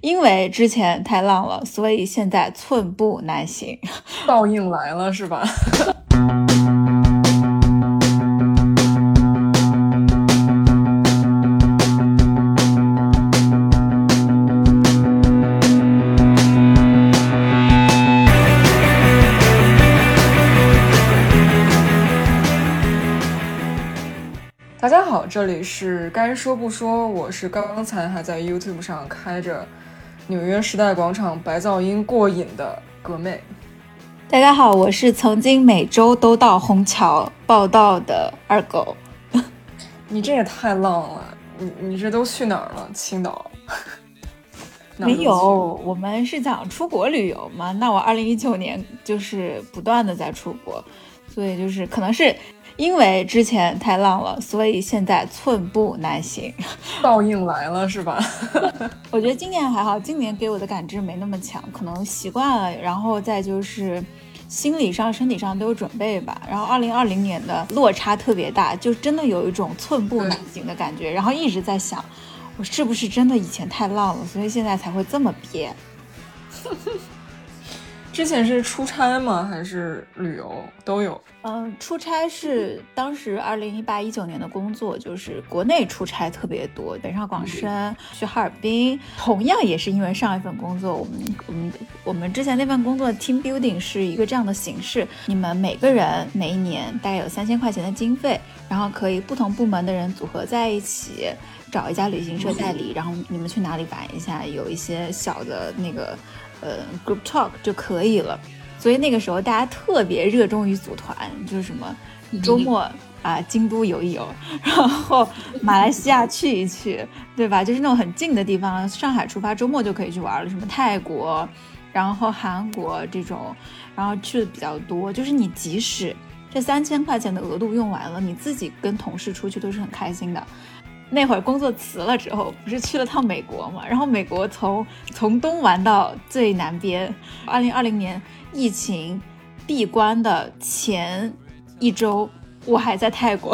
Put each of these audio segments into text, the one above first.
因为之前太浪了，所以现在寸步难行。 报应来了是吧？大家好，这里是该说不说，我是刚才还在 YouTube 上开着纽约时代广场白噪音过瘾的格妹。 大家好，我是曾经每周都到虹桥报道的二狗。 你这也太浪了，你这都去哪儿了？青岛？ 没有，我们是讲出国旅游嘛。那我2019年就是不断的在出国，所以就是可能是因为之前太浪了，所以现在寸步难行。 报应来了是吧？ 我觉得今年还好，今年给我的感知没那么强，可能习惯了，然后再就是心理上身体上都有准备吧。然后2020年的落差特别大，就真的有一种寸步难行的感觉，然后一直在想我是不是真的以前太浪了，所以现在才会这么憋。 之前是出差吗？还是旅游都有？ 出差是当时2018-19年的工作，就是国内出差特别多，北上广深，去哈尔滨。同样也是因为上一份工作，我们之前那份工作 team building 是一个这样的形式，你们每个人每一年大概有3000块钱的经费，然后可以不同部门的人组合在一起，找一家旅行社代理，然后你们去哪里玩一下，有一些小的那个group talk 就可以了。所以那个时候大家特别热衷于组团，就是什么周末京都游一游，然后马来西亚去一去，对吧？就是那种很近的地方，上海出发周末就可以去玩了，什么泰国，然后韩国这种，然后去的比较多。就是你即使这3000块钱的额度用完了，你自己跟同事出去都是很开心的。那会儿工作辞了之后，不是去了趟美国嘛？然后美国从东玩到最南边。2020年疫情闭关的前一周，我还在泰国。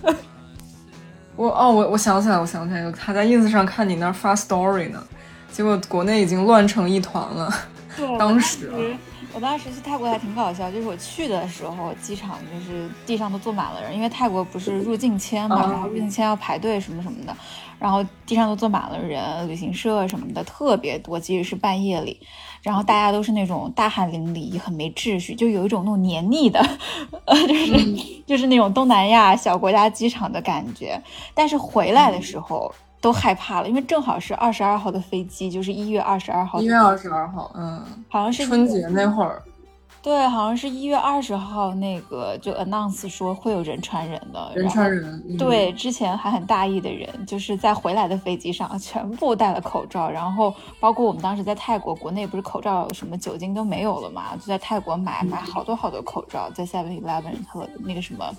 我想起来，还在 ins 上看你那儿发 story 呢，结果国内已经乱成一团了。当时我当时去泰国还挺搞笑，就是我去的时候，机场就是地上都坐满了人，因为泰国不是入境签嘛，然后入境签要排队什么什么的，然后地上都坐满了人，旅行社什么的特别多，即使是半夜里，然后大家都是那种大汗淋漓，很没秩序，就有一种那种黏腻的，就是那种东南亚小国家机场的感觉。但是回来的时候都害怕了，因为正好是22号的飞机，就是1月22号。 1月22号， 好像是春节那会儿。 对，好像是1月20号那个就 announce 说会有人传人的， 人传人。 对，之前还很大意的人，就是在回来的飞机上全部戴了口罩，然后包括我们当时在泰国，国内不是口罩什么酒精都没有了嘛，就在泰国买好多口罩，在 7-Eleven 和那个什么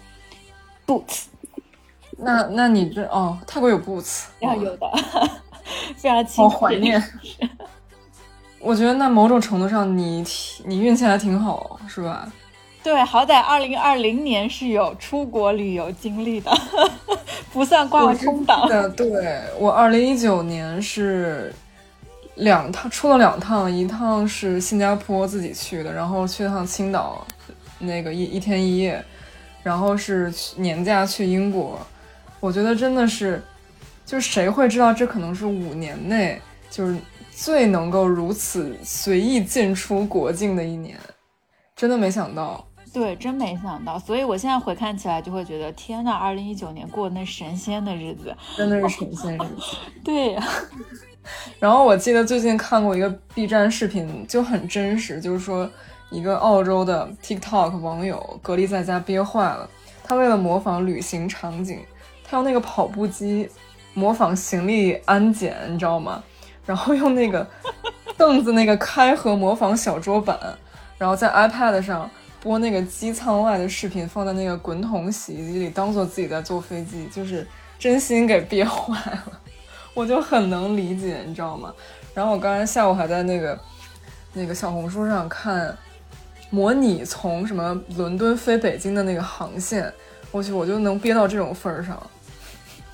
Boots。 那你这泰国有 Boots， 有的，非常好怀念。我觉得那某种程度上你运气还挺好，是吧？ 对，好歹2020年是有出国旅游经历的，不算挂空档。 对，我2019年是出了2趟，一趟是新加坡自己去的，然后去趟青岛，那个一天1夜，然后是年假去英国。我觉得真的是，就是谁会知道这可能是5年内就是最能够如此随意进出国境的一年，真的没想到。 对，真没想到，所以我现在回看起来就会觉得，天哪，2019年过那神仙的日子， 真的是神仙日子。 对呀。 然后我记得最近看过一个 B 站视频，就很真实，就是说一个澳洲的 TikTok 网友隔离在家憋坏了，他为了模仿旅行场景，他用那个跑步机模仿行李安检，你知道吗？然后用那个凳子那个开合模仿小桌板，然后在 iPad 上播那个机舱外的视频，放在那个滚筒洗衣机里，当做自己在坐飞机，就是真心给憋坏了。我就很能理解，你知道吗？然后我刚才下午还在那个小红书上看模拟从什么伦敦飞北京的那个航线，我就能憋到这种份儿上。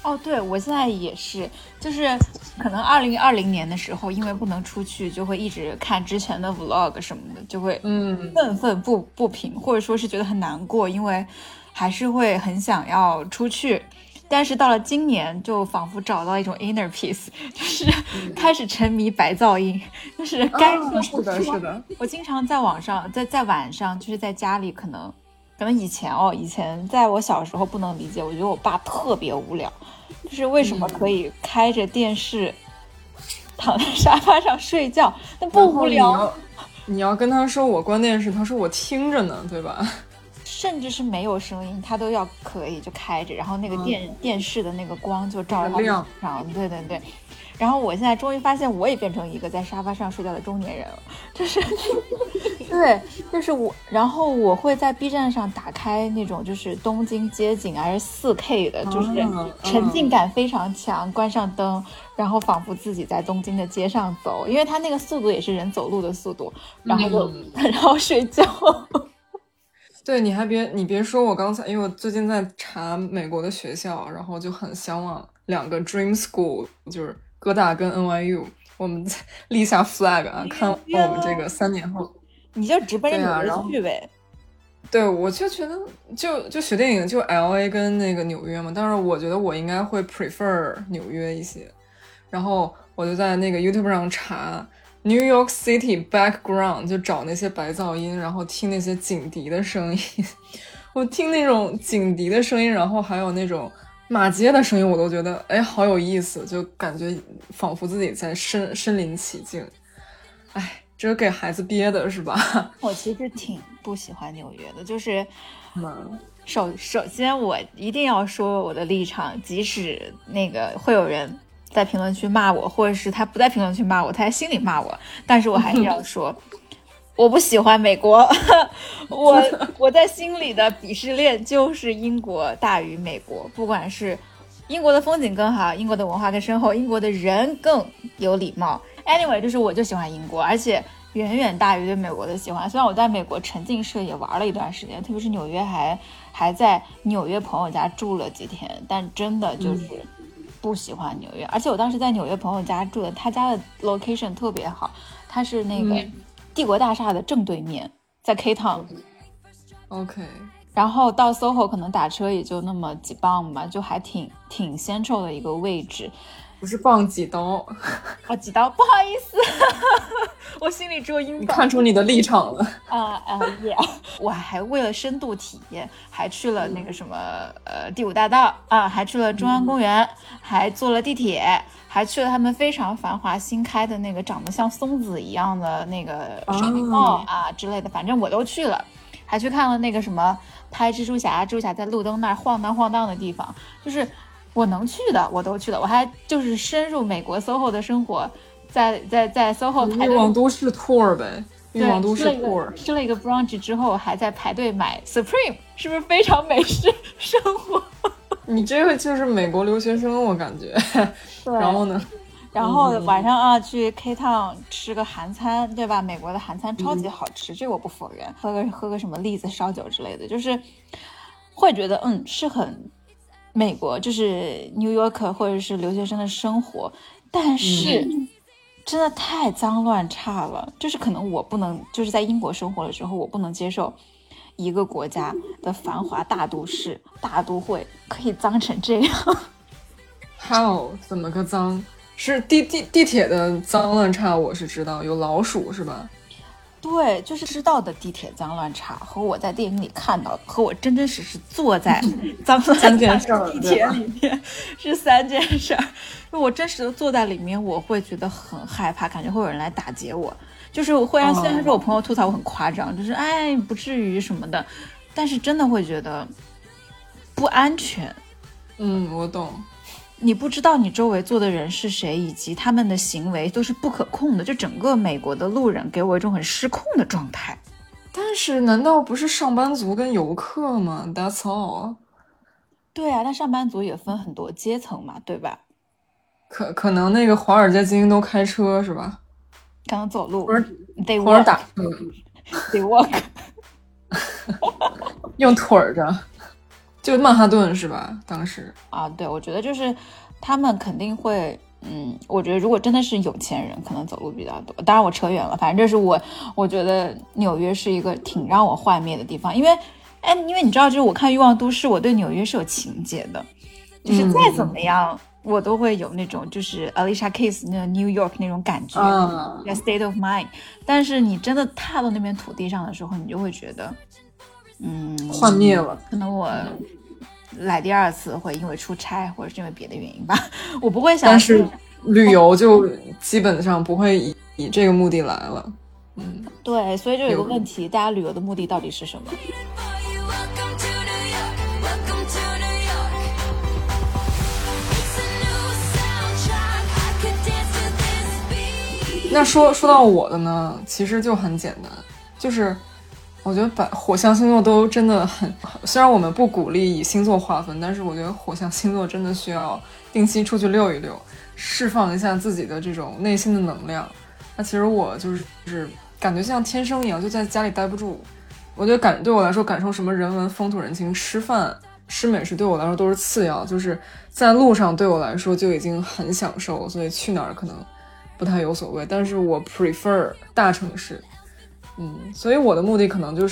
哦，对，我现在也是，就是可能2020年的时候，因为不能出去，就会一直看之前的 vlog 什么的，就会愤愤不平，或者说是觉得很难过，因为还是会很想要出去。但是到了今年，就仿佛找到一种 inner peace， 就是开始沉迷白噪音，就是该说是的，是的。 我经常在网上，在晚上，就是在家里，可能以前在我小时候不能理解，我觉得我爸特别无聊，就是为什么可以开着电视躺在沙发上睡觉，那不无聊。 你要跟他说我关电视，他说我听着呢，对吧？ 甚至是没有声音，他都要可以就开着，然后那个电视的那个光就照着他脸上，对对对。然后我现在终于发现，我也变成一个在沙发上睡觉的中年人了，就是对，就是我。然后我会在 B 站上打开那种就是东京街景，还是4K 的，就是沉浸感非常强，关上灯，然后仿佛自己在东京的街上走，因为它那个速度也是人走路的速度，然后然后睡觉。 对，你别说，我刚才因为我最近在查美国的学校，然后就很向往2个 dream school， 就是哥大跟 NYU， 我们立下 flag 啊，看我们这个3年后， 你就直奔着纽约去呗。 对，我就觉得就学电影就 LA 跟那个纽约嘛，但是我觉得我应该会 prefer 纽约一些，然后我就在那个 YouTube 上查New York City background， 就找那些白噪音，然后听那些警笛的声音。我听那种警笛的声音，然后还有那种马街的声音，我都觉得哎好有意思，就感觉仿佛自己在身临其境。哎，这是给孩子憋的是吧？ 我其实挺不喜欢纽约的，就是首先我一定要说我的立场，即使那个会有人在评论区骂我，或者是他不在评论区骂我，他在心里骂我，但是我还是要说我不喜欢美国。我在心里的鄙视链就是英国大于美国，不管是英国的风景更好，英国的文化更深厚，英国的人更有礼貌。Anyway， 就是我就喜欢英国，而且远远大于对美国的喜欢。虽然我在美国沉浸式也玩了一段时间，特别是纽约还在纽约朋友家住了几天，但真的就是不喜欢纽约。而且我当时在纽约朋友家住的，他家的 location 特别好，他是那个帝国大厦的正对面，在 K Town。OK。然后到 SOHO 可能打车也就那么几磅吧，就还挺 central 的一个位置。 不是磅几刀啊，几刀，不好意思，我心里只有英镑。 你看出你的立场了。 yeah. 我还为了深度体验，还去了那个什么第5大道啊，还去了中央公园，还坐了地铁，还去了他们非常繁华新开的那个长得像松子一样的那个shopping mall啊之类的，反正我都去了，还去看了那个什么拍蜘蛛侠在路灯那儿晃荡的地方，就是我能去的我都去了，我还就是深入美国 SOHO 的生活，在 SOHO 排队欲望都市 tour 呗，欲望都市 tour， 吃了一个 brunch 之后还在排队买 Supreme， 是不是非常美式生活？ 你这个就是美国留学生，我感觉。然后呢？ 然后晚上去 K Town 吃个韩餐，对吧？美国的韩餐超级好吃，这个我不否认。喝个什么栗子烧酒之类的，就是会觉得是很美国，就是 New York 或者是留学生的生活，但是真的太脏乱差了。就是可能我不能，就是在英国生活的时候，我不能接受一个国家的繁华大都市、大都会可以脏成这样。 How 怎么个脏？是地铁的脏乱差，我是知道有老鼠是吧？ 对，就是知道的地铁脏乱差和我在电影里看到的，和我真实坐在脏乱差的地铁里面是3件事儿。我真实的坐在里面，我会觉得很害怕，感觉会有人来打劫我。就是我会让虽然说我朋友吐槽我很夸张，就是不至于什么的，但是真的会觉得不安全。 我懂。 你不知道你周围坐的人是谁，以及他们的行为都是不可控的，就整个美国的路人给我一种很失控的状态。 但是难道不是上班族跟游客吗？ That's all。 对啊，但上班族也分很多阶层嘛，对吧？ 可能那个华尔街精英都开车是吧？ 刚刚走路或者打车 They walk 用腿着。 就曼哈顿是吧？当时啊，对，我觉得就是他们肯定会，我觉得如果真的是有钱人，可能走路比较多。当然我扯远了，反正这是我觉得纽约是一个挺让我幻灭的地方，因为你知道，就是我看《欲望都市》，我对纽约是有情节的，就是再怎么样，我都会有那种就是 Alicia Keys 那 New York 那种感觉，state of mind。但是你真的踏到那边土地上的时候，你就会觉得， 幻灭了。 可能我来第二次会因为出差或者是因为别的原因吧，我不会想。 但是旅游就基本上不会以这个目的来了。 对，所以就有个问题，大家旅游的目的到底是什么？ 那说到我的呢，其实就很简单，就是我觉得火象星座都真的很，虽然我们不鼓励以星座划分，但是我觉得火象星座真的需要定期出去溜一溜，释放一下自己的这种内心的能量。那其实我就是感觉像天生一样，就在家里待不住。我觉得对我来说，感受什么人文风土人情，吃饭吃美食对我来说都是次要，就是在路上对我来说就已经很享受，所以去哪儿可能不太有所谓。但是我 prefer 大城市，所以我的目的可能就是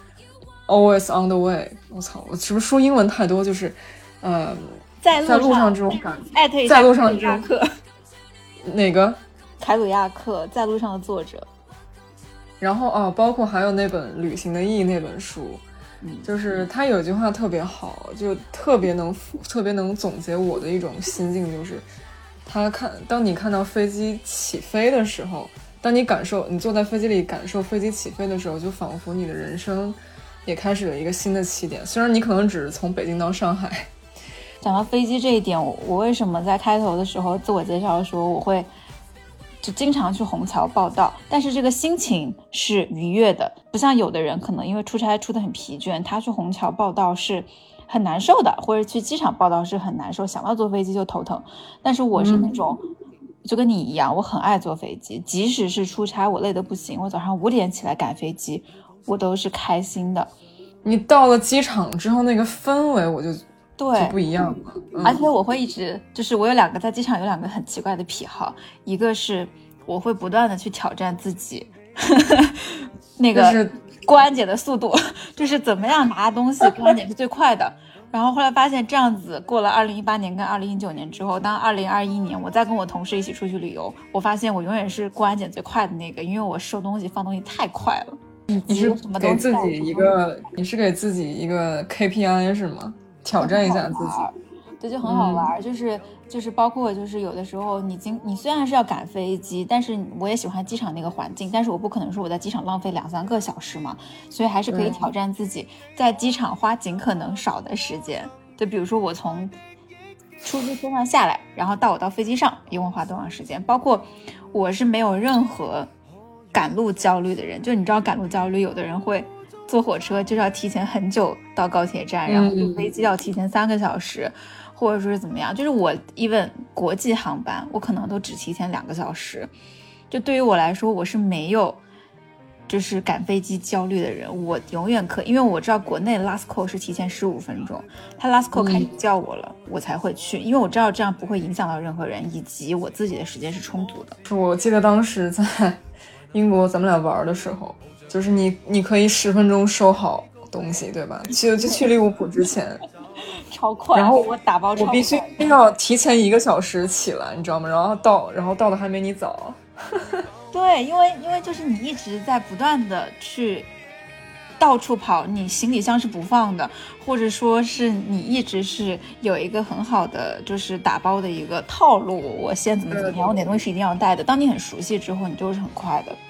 always on the way。我操，我是不是说英文太多？就是在路上这种感觉， 艾特一下在路上这种克， 哪个？ 凯鲁亚克，在路上的作者。 然后包括还有那本《旅行的意义》那本书，就是他有一句话特别好，就特别能总结我的一种心境，就是当你看到飞机起飞的时候，当你坐在飞机里感受飞机起飞的时候，就仿佛你的人生也开始了一个新的起点。虽然你可能只是从北京到上海。 讲到飞机这一点，我为什么在开头的时候自我介绍说我会就经常去虹桥报到，但是这个心情是愉悦的，不像有的人可能因为出差出得很疲倦，他去虹桥报到是很难受的，或者去机场报到是很难受，想到坐飞机就头疼。但是我是那种就跟你一样，我很爱坐飞机，即使是出差我累得不行，我早上5点起来赶飞机，我都是开心的。 你到了机场之后那个氛围我就不一样了。 而且我会一直就是我在机场有2个很奇怪的癖好，一个是我会不断的去挑战自己那个过安检的速度，就是怎么样拿东西过安检是最快的。然后后来发现这样子过了2018年跟2019年之后，当2021年我再跟我同事一起出去旅游，我发现我永远是过安检最快的那个，因为我收东西放东西太快了。 你是给自己一个 KPI 是吗？挑战一下自己。 对，就很好玩，就是包括就是有的时候你虽然是要赶飞机，但是我也喜欢机场那个环境，但是我不可能说我在机场浪费2-3个小时嘛，所以还是可以挑战自己在机场花尽可能少的时间。就比如说我从出租车上下来，然后我到飞机上一共花多长时间，包括我是没有任何赶路焦虑的人。就你知道赶路焦虑，有的人会坐火车就是要提前很久到高铁站，然后坐飞机要提前3个小时，或者说是怎么样，就是我 even 国际航班我可能都只提前2个小时。就对于我来说，我是没有就是赶飞机焦虑的人，我永远可以，因为我知道国内 last call 是提前15分钟，他 last call 开始叫我了，我才会去，因为我知道这样不会影响到任何人，以及我自己的时间是充足的。 我记得当时在英国咱们俩玩的时候，就是你可以10分钟收好东西，对吧？就去利物浦之前超快，然后我打包超快， 我必须要提前1个小时起来，你知道吗？然后到的还没你早。 对，因为就是你一直在不断的去到处跑，你行李箱是不放的，或者说是你一直是有一个很好的就是打包的一个套路，我先怎么样，我哪东西是一定要带的。当你很熟悉之后，你就是很快的。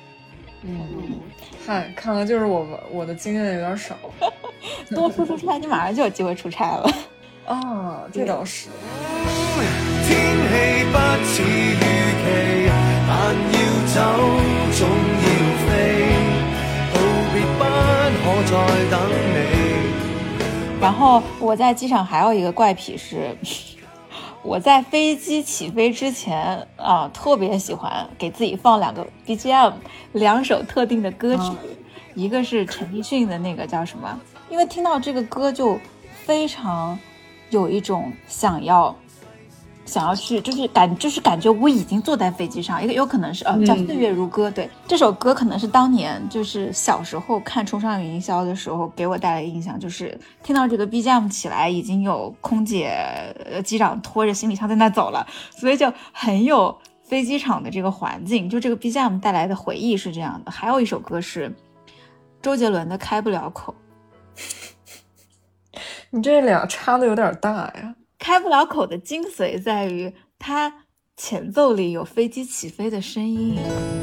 嗨，看来就是我的经验有点少。 多出差，你马上就有机会出差了。 这倒是。 天氣不似預期，但要走總要飛，道別不可再等你。 然後我在機場還有一個怪癖是，我在飛機起飛之前特別喜歡給自己放2個 BGM， 2首特定的歌曲，一個是陳奕迅的那個叫什麼，因為聽到這個歌就非常有一种想要去，就是感觉我已经坐在飞机上，有可能是叫《岁月如歌》，对，这首歌可能是当年就是小时候看《冲上云霄》的时候给我带来的印象，就是听到这个 BGM 起来，已经有空姐、机长拖着行李箱在那走了，所以就很有飞机场的这个环境，就这个 BGM 带来的回忆是这样的。还有一首歌是周杰伦的《开不了口》， 你这俩差的有点大呀。 开不了口的精髓在于它前奏里有飞机起飞的声音。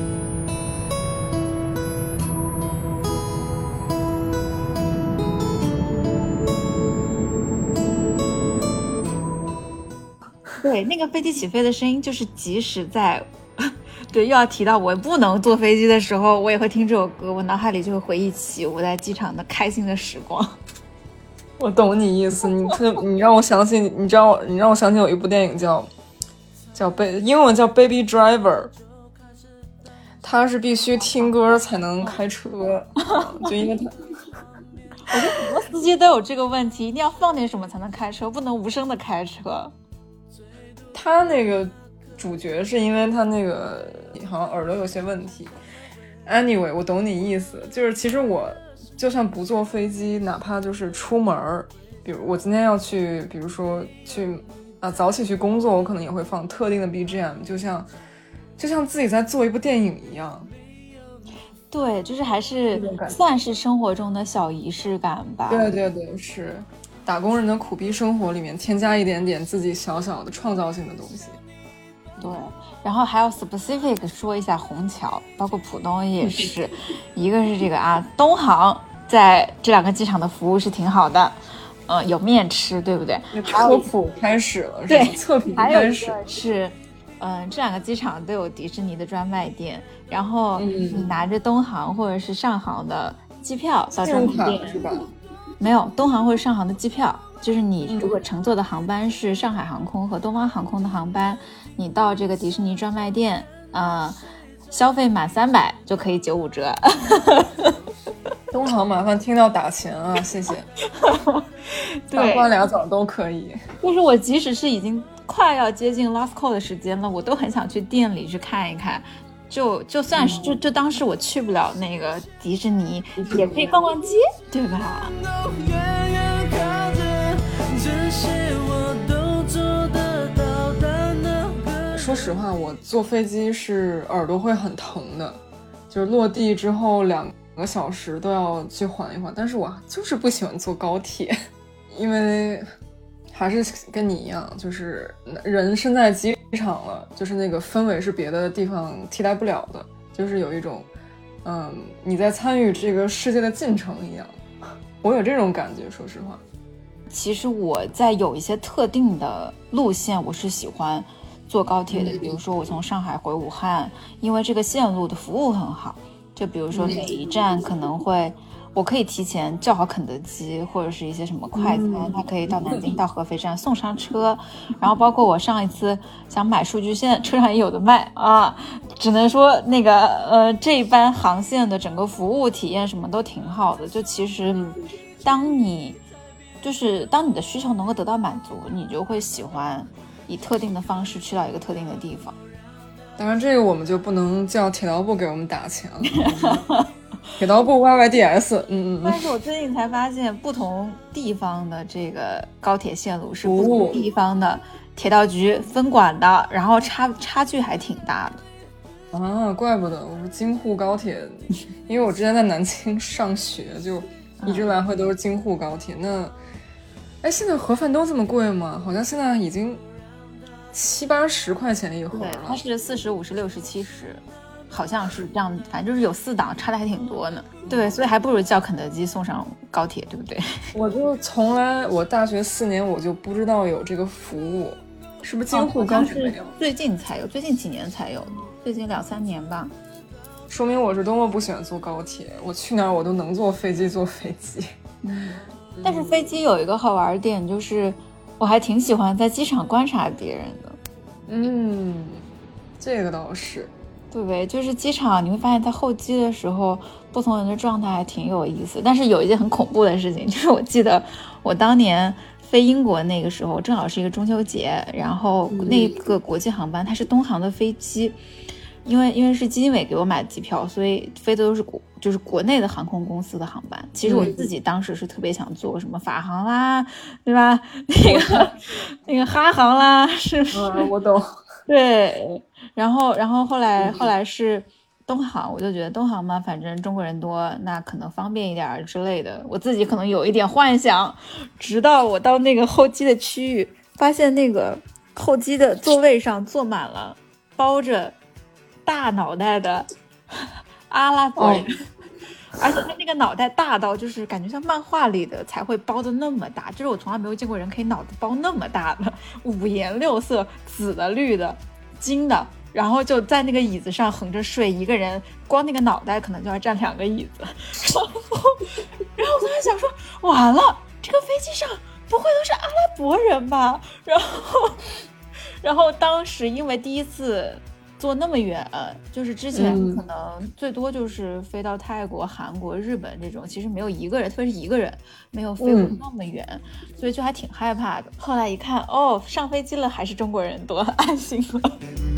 对，那个飞机起飞的声音就是即使在对，又要提到我不能坐飞机的时候，我也会听这首歌，我脑海里就会回忆起我在机场的开心的时光。 我懂你意思，你让我想起，你让我想起有一部电影叫英文叫 Baby Driver， 他是必须听歌才能开车，就因为他， 我觉得很多司机都有这个问题，一定要放点什么才能开车，不能无声的开车。 他那个主角是因为他那个好像耳朵有些问题。Anyway， 我懂你意思，就是其实我就算不坐飞机，哪怕就是出门，比如我今天要去，比如说去早起去工作，我可能也会放特定的 BGM， 就像自己在做一部电影一样。 对，就是还是算是生活中的小仪式感吧。 对对对，是打工人的苦逼生活里面添加一点点自己小小的创造性的东西。 对，然后还有 specific 说一下虹桥，包括浦东也是，一个是这个东航在这两个机场的服务是挺好的，有面吃，对不对？ 科普开始了， 对， 测评开始。 还有一个是，这两个机场都有迪士尼的专卖店，然后你拿着东航或者是上航的机票到专卖店是吧？ 没有，东航或者上航的机票，就是你如果乘坐的航班是上海航空和东方航空的航班，你到这个迪士尼专卖店，消费满300就可以95折。 东航麻烦听到打钱啊，谢谢。对，花俩枣都可以。 就是我即使是已经快要接近 last call 的时间了，我都很想去店里去看一看。就算是就当时我去不了那个迪士尼，也可以逛逛街，对吧？ 说实话，我坐飞机是耳朵会很疼的，就是落地之后2个小时都要去缓一缓。但是我就是不喜欢坐高铁，因为还是跟你一样，就是人身在机场了，就是那个氛围是别的地方替代不了的，就是有一种你在参与这个世界的进程一样，我有这种感觉。说实话， 其实我在有一些特定的路线我是喜欢坐高铁的，比如说我从上海回武汉，因为这个线路的服务很好，就比如说每一站可能会我可以提前叫好肯德基或者是一些什么快餐，它可以到南京到合肥站送上车，然后包括我上一次想买数据线，车上也有的卖啊，只能说那个这一班航线的整个服务体验什么都挺好的。就其实当你的需求能够得到满足，你就会喜欢以特定的方式去到一个特定的地方。 当然这个我们就不能叫铁道部给我们打钱了。铁道部 YYDS， 但是我最近才发现，不同地方的这个高铁线路是不同地方的铁道局分管的，然后差距还挺大的。 啊，怪不得我说京沪高铁，因为我之前在南京上学，就一直来回都是京沪高铁。那，现在盒饭都这么贵吗？好像现在已经70-80块钱一盒了。 对，它是40、50、60、70。好像是这样，反正就是有4档，差的还挺多呢。对，所以还不如叫肯德基送上高铁，对不对？ 我大学4年我就不知道有这个服务，是不是京沪高铁没有？ 最近才有，最近几年才有，最近2-3年吧。 说明我是多么不喜欢坐高铁，我去哪儿我都能坐飞机。 但是飞机有一个好玩点，就是我还挺喜欢在机场观察别人的。 这个倒是。 对，就是机场你会发现在候机的时候，不同人的状态还挺有意思。但是有一件很恐怖的事情，就是我记得我当年飞英国那个时候，正好是一个中秋节，然后那个国际航班它是东航的飞机，因为是基金委给我买的机票，所以飞的都是就是国内的航空公司的航班。其实我自己当时是特别想坐什么法航啦，对吧？那个哈航啦，是不是？ 我懂。 对，然后后来是东航，我就觉得东航嘛，反正中国人多，那可能方便一点之类的。我自己可能有一点幻想，直到我到那个候机的区域，发现那个候机的座位上坐满了包着大脑袋的阿拉伯人。而且他那个脑袋大到就是感觉像漫画里的才会包的那么大，就是我从来没有见过人可以脑子包那么大的，五颜六色，紫的、绿的、金的，然后就在那个椅子上横着睡，一个人光那个脑袋可能就要占2个椅子。然后我在想说，完了，这个飞机上不会都是阿拉伯人吧？然后当时因为第一次坐那么远，就是之前可能最多就是飞到泰国、韩国、日本这种，其实没有一个人，特别是一个人没有飞过那么远，所以就还挺害怕的。后来一看，哦，上飞机了，还是中国人多，安心了。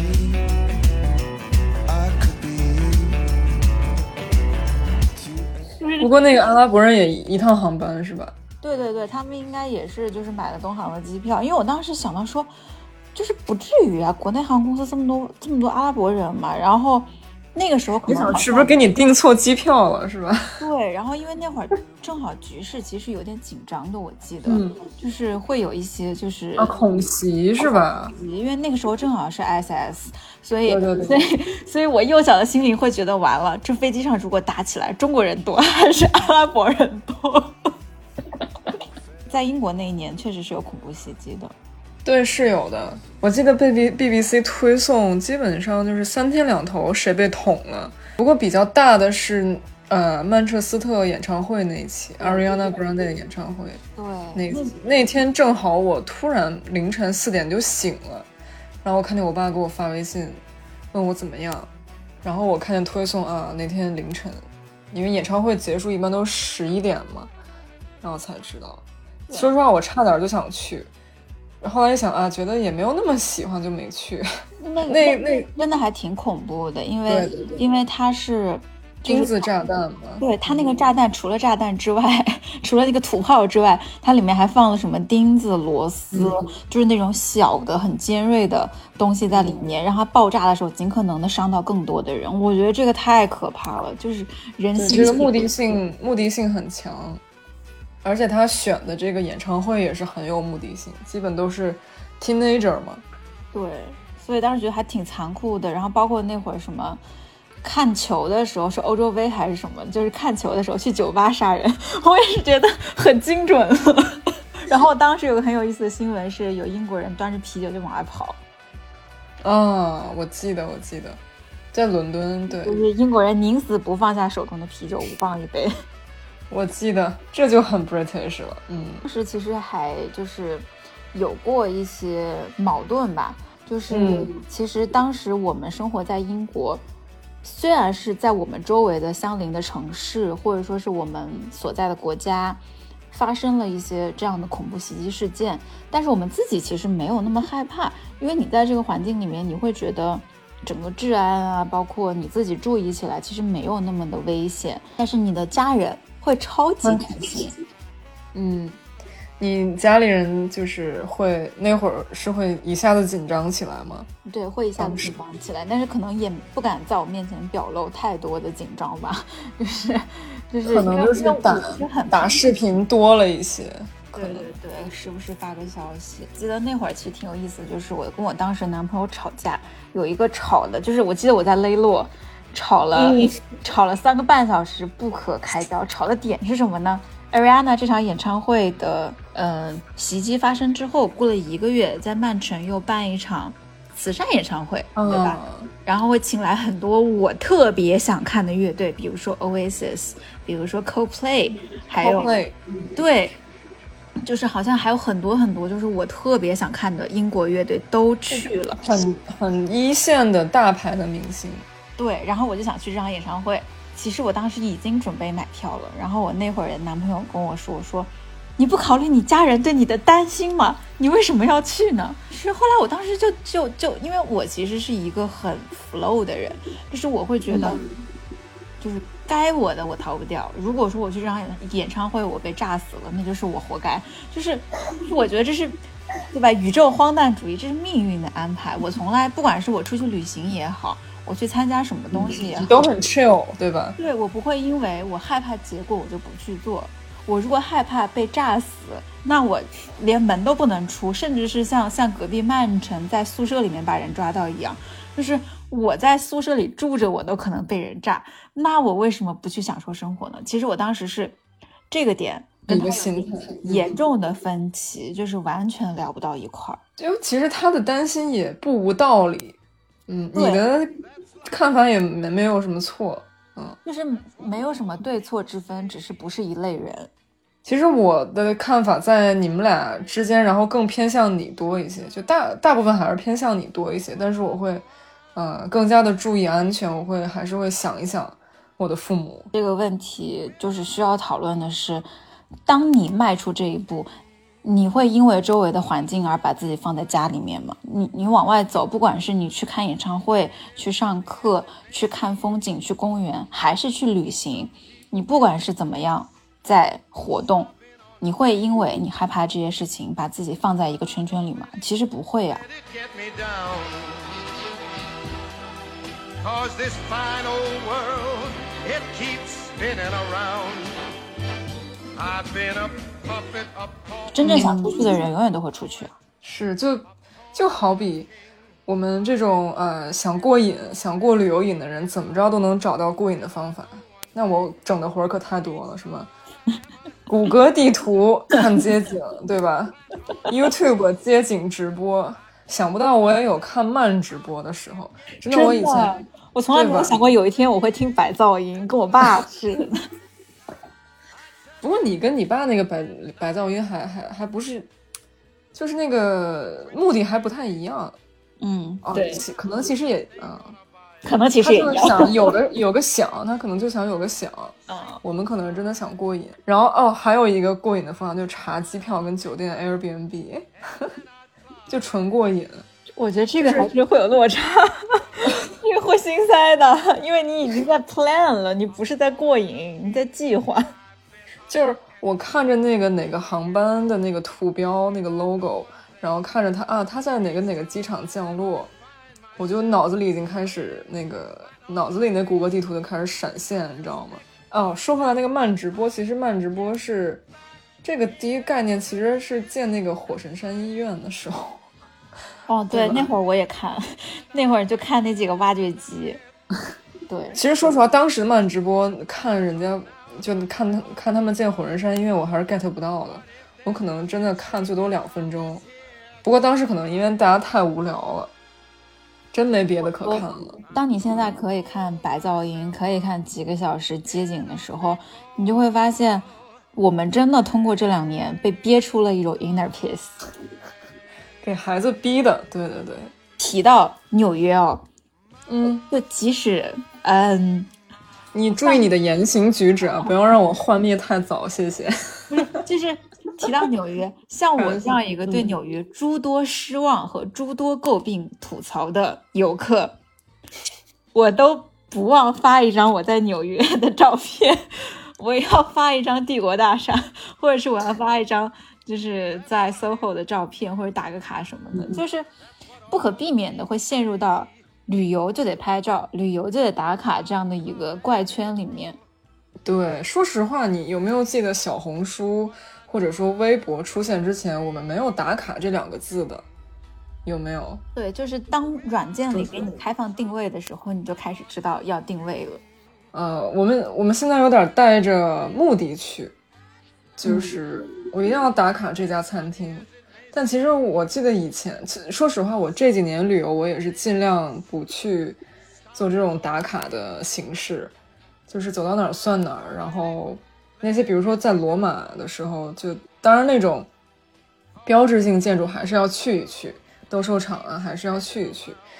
不过那个阿拉伯人也一趟航班是吧？ 对，他们应该也是就是买了东航的机票，因为我当时想到说，就是不至于啊，国内航空公司这么多阿拉伯人嘛，然后那个时候可能是不是给你订错机票了是吧？ 对，然后因为那会儿正好局势其实有点紧张的，我记得，就是会有一些就是恐袭是吧？ 因为那个时候正好是 ISS， 所以对所以我幼小的心灵会觉得完了，这飞机上如果打起来，中国人多还是阿拉伯人多？在英国那一年确实是有恐怖袭击的。 对，是有的。我记得被 BBC 推送，基本上就是3天2头谁被捅了。不过比较大的是曼彻斯特演唱会那一期 Ariana Grande 的演唱会。 对， 那天正好我突然凌晨4点就醒了，然后我看见我爸给我发微信问我怎么样，然后我看见推送那天凌晨，因为演唱会结束一般都11点嘛，然后才知道。说实话我差点就想去，后来一想觉得也没有那么喜欢，就没去。那真的还挺恐怖的，因为它是钉子炸弹嘛。 对，它那个炸弹除了炸弹之外，除了那个土炮之外，它里面还放了什么钉子、螺丝，就是那种小的很尖锐的东西在里面，让它爆炸的时候尽可能的伤到更多的人。我觉得这个太可怕了，就是人心。 这个目的性很强。而且他选的这个演唱会也是很有目的性，基本都是 teenager 嘛。对， 所以当时觉得还挺残酷的。然后包括那会儿什么看球的时候，是欧洲杯还是什么，就是看球的时候去酒吧杀人，我也是觉得很精准了。然后当时有个很有意思的新闻，是有英国人端着啤酒就往外跑。 我记得在伦敦。对， 就是英国人宁死不放下手中的啤酒，5磅一杯。 我记得这就很 British 了。 当时其实还就是有过一些矛盾吧，就是其实当时我们生活在英国，虽然是在我们周围的相邻的城市，或者说是我们所在的国家发生了一些这样的恐怖袭击事件，但是我们自己其实没有那么害怕，因为你在这个环境里面，你会觉得整个治安啊，包括你自己注意起来其实没有那么的危险，但是你的家人会超级担心。 你家里人就是会那会儿是会一下子紧张起来吗？ 对，会一下子紧张起来，但是可能也不敢在我面前表露太多的紧张吧，就是可能就是打视频多了一些。 对，时不时发个消息。记得那会儿其实挺有意思，就是我跟我当时男朋友吵架，有一个吵的，就是我记得我在雷洛吵了3个半小时不可开交。吵的点是什么呢？Ariana 这场演唱会的袭击发生之后，过了1个月，在曼城又办一场慈善演唱会，对吧？然后会请来很多我特别想看的乐队，比如说 Oasis， 比如说 Coldplay， 还有对，就是好像还有很多很多，就是我特别想看的英国乐队都去了， 很一线的大牌的明星。 对，然后我就想去这场演唱会。其实我当时已经准备买票了，然后我那会儿的男朋友跟我说你不考虑你家人对你的担心吗？你为什么要去呢？是后来我当时就因为我其实是一个很 flow 的人，就是我会觉得就是该我的我逃不掉。如果说我去这场演唱会我被炸死了，那就是我活该。就是我觉得这是对吧？宇宙荒诞主义，这是命运的安排。我从来不管是我出去旅行也好，我去参加什么东西也好， 都很 chill， 对吧？ 对，我不会因为我害怕结果我就不去做。我如果害怕被炸死，那我连门都不能出，甚至是像隔壁曼城在宿舍里面把人抓到一样，就是我在宿舍里住着我都可能被人炸，那我为什么不去享受生活呢？其实我当时是这个点跟他有严重的分歧，就是完全聊不到一块儿。 就其实他的担心也不无道理，你的看法也没有什么错， 就是没有什么对错之分，只是不是一类人。 其实我的看法在你们俩之间，然后更偏向你多一些，就大部分还是偏向你多一些，但是我会更加的注意安全，我还是会想一想我的父母。 这个问题就是需要讨论的是，当你迈出这一步，你会因为周围的环境而把自己放在家里面吗？你往外走，不管是你去看演唱会、去上课、去看风景、去公园，还是去旅行，你不管是怎么样在活动，你会因为你害怕这些事情把自己放在一个圈圈里吗？其实不会啊。真正想出去的人永远都会出去啊。 是，就好比我们这种想过瘾、想过旅游瘾的人，怎么着都能找到过瘾的方法。那我整的活儿可太多了，什么谷歌地图看街景，对吧 ？YouTube 街景直播，想不到我也有看慢直播的时候。真的，我以前我从来没有想过有一天我会听白噪音，跟我爸似的。 不过你跟你爸那个白噪音还不是，就是那个目的还不太一样。 对， 可能其实也可能其实也一样。 他想有个响，他可能就想有个响。我们可能真的想过瘾。然后还有一个过瘾的方法就是查机票跟酒店 Airbnb， 就纯过瘾。 我觉得这个还是会有落差，因为会心塞的，因为你已经在 plan 了，你不是在过瘾，你在计划。 就是我看着那个哪个航班的那个图标那个 logo， 然后看着他在哪个机场降落，我就脑子里已经开始脑子里那谷歌地图就开始闪现，你知道吗？说回来那个慢直播，其实慢直播是这个第一个概念，其实是建那个火神山医院的时候。 对，那会儿我也看，那会儿就看那几个挖掘机。对， 其实说实话，当时慢直播看人家就看他们建火神山医院，我还是 get 不到的。我可能真的看最多2分钟，不过当时可能因为大家太无聊了，真没别的可看了。 当你现在可以看白噪音，可以看几个小时街景的时候，你就会发现我们真的通过这2年被憋出了一种 inner peace。 给孩子逼的。对对对。 提到纽约就即使你注意你的言行举止啊，不要让我幻灭太早，谢谢。 就是提到纽约，像我这样一个对纽约诸多失望和诸多诟病吐槽的游客，我都不忘发一张我在纽约的照片，我要发一张帝国大厦，或者是我要发一张就是在 SOHO 的照片，或者打个卡什么的，就是不可避免的会陷入到旅游就得拍照，旅游就得打卡这样的一个怪圈里面。 对，说实话，你有没有记得小红书或者说微博出现之前，我们没有打卡这2个字的，有没有？ 对，就是当软件里给你开放定位的时候，你就开始知道要定位了。 我们现在有点带着目的去，就是我一定要打卡这家餐厅。但其实我记得以前，说实话，我这几年旅游我也是尽量不去做这种打卡的形式，就是走到哪儿算哪儿。然后那些比如说在罗马的时候，就当然那种标志性建筑还是要去一去，斗兽场啊还是要去一去。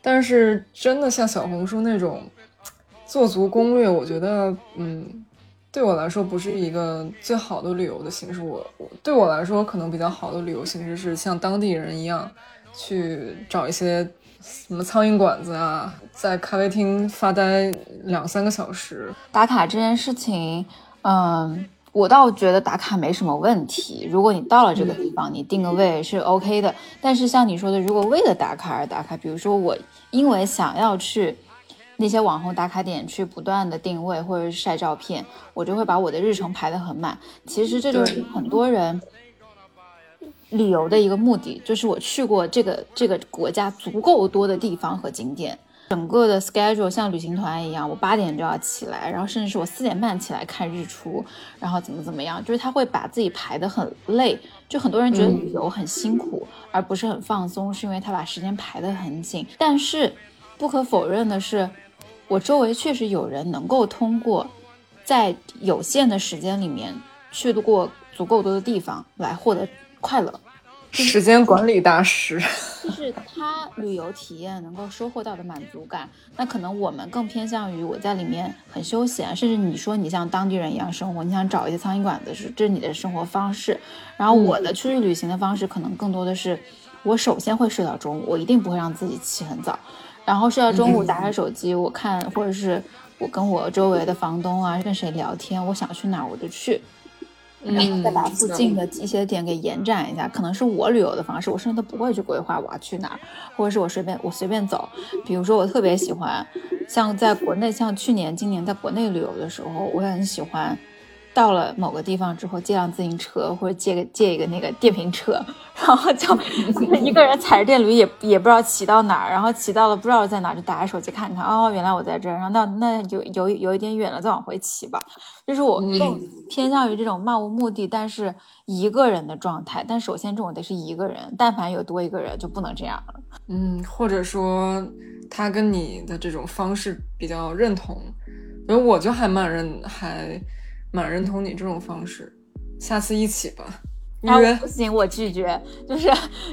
但是真的像小红书那种做足攻略，我觉得对我来说不是一个最好的旅游的形式。对我来说可能比较好的旅游形式是像当地人一样去找一些什么苍蝇馆子啊，在咖啡厅发呆2-3个小时。 打卡这件事情我倒觉得打卡没什么问题，如果你到了这个地方你定个位是 OK 的。但是像你说的，如果为了打卡而打卡，比如说我因为想要去那些网红打卡点去不断的定位或者是晒照片，我就会把我的日程排得很满。其实这就是很多人旅游的一个目的，就是我去过这个国家足够多的地方和景点，整个的 schedule 像旅行团一样，我8点就要起来，然后甚至是我4点半起来看日出，然后怎么样，就是他会把自己排得很累。就很多人觉得旅游很辛苦而不是很放松，是因为他把时间排得很紧。但是不可否认的是，我周围确实有人能够通过在有限的时间里面去过足够多的地方来获得快乐。 时间管理大师， 就是他旅游体验能够收获到的满足感。那可能我们更偏向于我在里面很休闲，甚至你说你像当地人一样生活，你想找一些苍蝇馆子，这是你的生活方式。然后我的出去旅行的方式可能更多的是，我首先会睡到中午，我一定不会让自己起很早，然后睡到中午打开手机，我看或者是我跟我周围的房东啊跟谁聊天，我想去哪儿我就去，然后再把附近的一些点给延展一下。可能是我旅游的方式，我甚至都不会去规划我要去哪儿，或者是我随便走。比如说我特别喜欢像在国内，像今年在国内旅游的时候，我也很喜欢到了某个地方之后借辆自行车或者借一个那个电瓶车，然后就一个人踩着电驴也不知道骑到哪儿，然后骑到了不知道在哪儿，就打开手机看看，哦，原来我在这儿，然后那有一点远了，再往回骑吧。就是我更偏向于这种漫无目的但是一个人的状态。但首先这种得是一个人，但凡有多一个人就不能这样了。 或者说他跟你的这种方式比较认同，所以我就还蛮认同你这种方式，下次一起吧。约不行，我拒绝，就是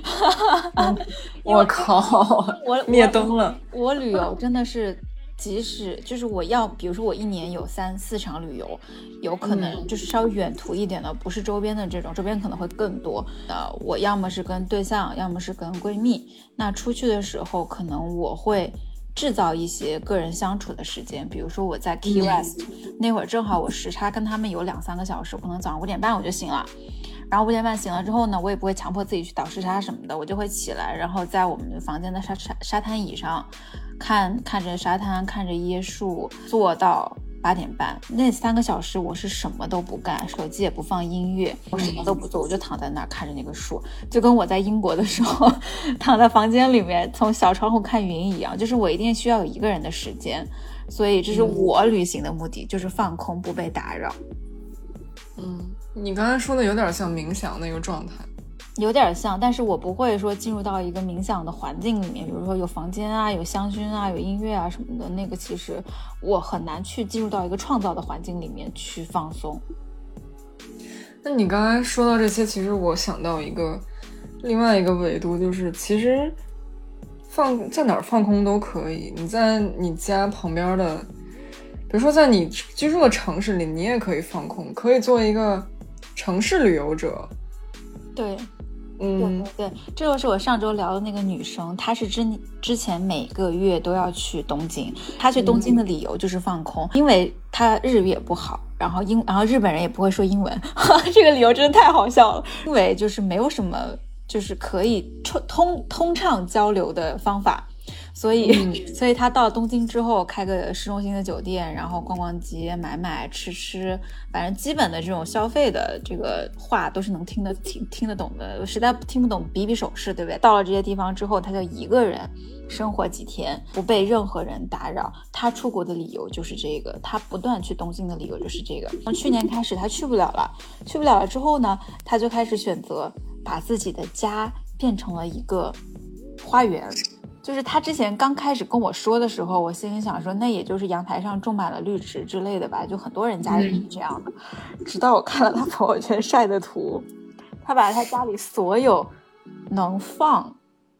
我靠，我灭灯了。 我旅游真的是，即使就是我要，比如说我1年有3-4场旅游，有可能就是稍微远途一点的，不是周边的这种，周边可能会更多。我要么是跟对象，要么是跟闺蜜。那出去的时候，可能我会制造一些个人相处的时间，比如说我在 Key West，那会儿正好我时差跟他们有2-3个小时，可能早上5点半我就醒了，然后5点半醒了之后呢，我也不会强迫自己去倒时差什么的，我就会起来，然后在我们房间的沙滩椅上看着沙滩，看着椰树，坐到8点半。那3个小时我是什么都不干，手机也不放音乐，我什么都不做，我就躺在那儿看着那个树，就跟我在英国的时候躺在房间里面从小窗户看云一样。就是我一定需要有一个人的时间，所以这是我旅行的目的，就是放空，不被打扰。 你刚才说的有点像冥想那个状态， 有点像，但是我不会说进入到一个冥想的环境里面，比如说有房间啊，有香薰啊，有音乐啊什么的，那个其实我很难去进入到一个创造的环境里面去放松。 那你刚才说到这些，其实我想到另外一个维度，就是其实在哪儿放空都可以。你在你家旁边的，比如说在你居住的城市里，你也可以放空，可以做一个城市旅游者。 对，对，这就是我上周聊的那个女生，她是之前每个月都要去东京，她去东京的理由就是放空，因为她日语也不好，然后日本人也不会说英文这个理由真的太好笑了，因为就是没有什么就是可以通畅交流的方法。所以他到东京之后开个市中心的酒店，然后逛街买吃，反正基本的这种消费的这个话都是能听得懂的，实在听不懂比手势，对不对？到了这些地方之后，他就一个人生活几天，不被任何人打扰。他出国的理由就是这个，他不断去东京的理由就是这个。从去年开始他去不了了之后呢，他就开始选择把自己的家变成了一个花园。就是他之前刚开始跟我说的时候，我心里想说那也就是阳台上种满了绿植之类的吧，就很多人家里是这样的。直到我看了他朋友圈晒的图，他把他家里所有能放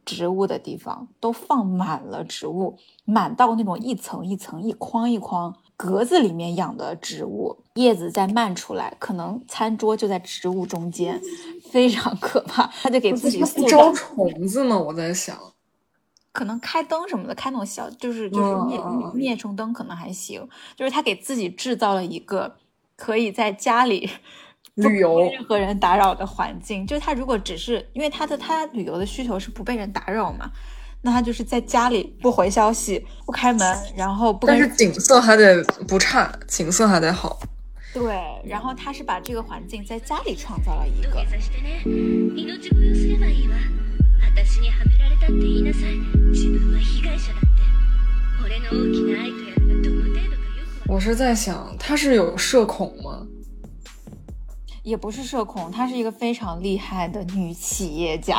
植物的地方都放满了植物，满到那种一层一层、一筐一筐格子里面养的植物，叶子再漫出来，可能餐桌就在植物中间，非常可怕。他就给自己塑造招虫子吗？我在想， 可能开灯什么的，开那种小就是灭虫灯可能还行，就是他给自己制造了一个可以在家里旅游不被任何人打扰的环境。就是他如果只是因为他旅游的需求是不被人打扰嘛，那他就是在家里不回消息、不开门，然后不跟但是景色还得不差，景色还得好。 对，然后他是把这个环境在家里创造了一个。 我是在想，他是有社恐吗？ 也不是社恐，她是一个非常厉害的女企业家。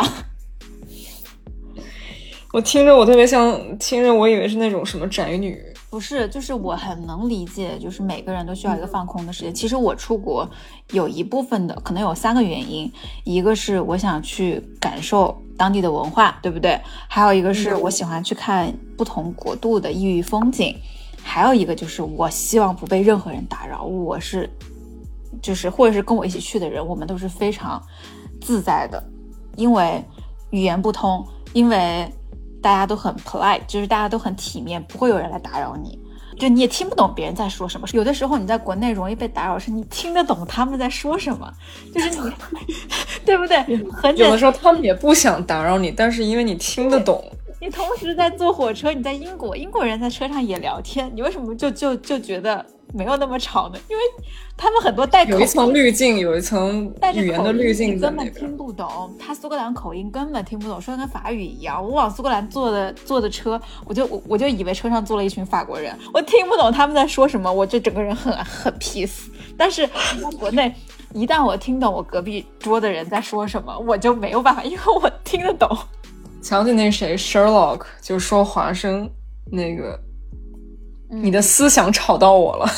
我听着我特别像，听着我以为是那种什么宅女。 不是，就是我很能理解，就是每个人都需要一个放空的时间。其实我出国有一部分的，可能有3个原因，一个是我想去感受当地的文化，对不对？还有一个是我喜欢去看不同国度的异域风景，还有一个就是我希望不被任何人打扰。我是就是或者是跟我一起去的人，我们都是非常自在的，因为语言不通，因为大家都很 polite， 就是大家都很体面，不会有人来打扰你，就你也听不懂别人在说什么。有的时候你在国内容易被打扰，是你听得懂他们在说什么，就是你对不对？很有的时候他们也不想打扰你，但是因为你听得懂。 你同时在坐火车，你在英国人在车上也聊天，你为什么就觉得没有那么吵呢？因为他们很多带口音， 有一层滤镜，有一层语言的滤镜在根本听不懂。他苏格兰口音根本听不懂，说的跟法语一样。我往苏格兰坐的车，我就以为车上坐了一群法国人，我听不懂他们在说什么，我就整个人很 peace。但是在国内，一旦我听懂我隔壁桌的人在说什么，我就没有办法，因为我听得懂。 想起那谁 Sherlock 就说华生那个，你的思想吵到我了。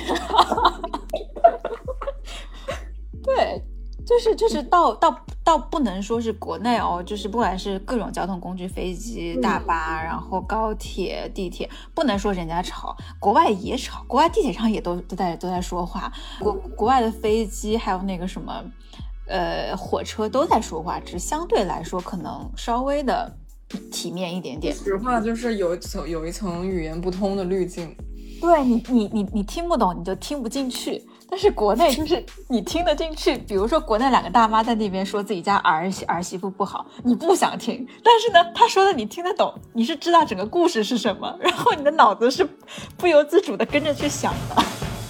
对，就是到不能说是国内哦，就是不管是各种交通工具，飞机、大巴，然后高铁、地铁，不能说人家吵，国外也吵，国外地铁上也都在说话，国外的飞机还有那个什么。火车都在说话，只是相对来说可能稍微的体面一点点。 实话就是有一层语言不通的滤镜。 对你听不懂，你就听不进去。但是国内就是你听得进去，比如说国内2个大妈在那边说自己家儿媳妇不好，你不想听，但是呢，他说的你听得懂，你是知道整个故事是什么，然后你的脑子是不由自主的跟着去想的。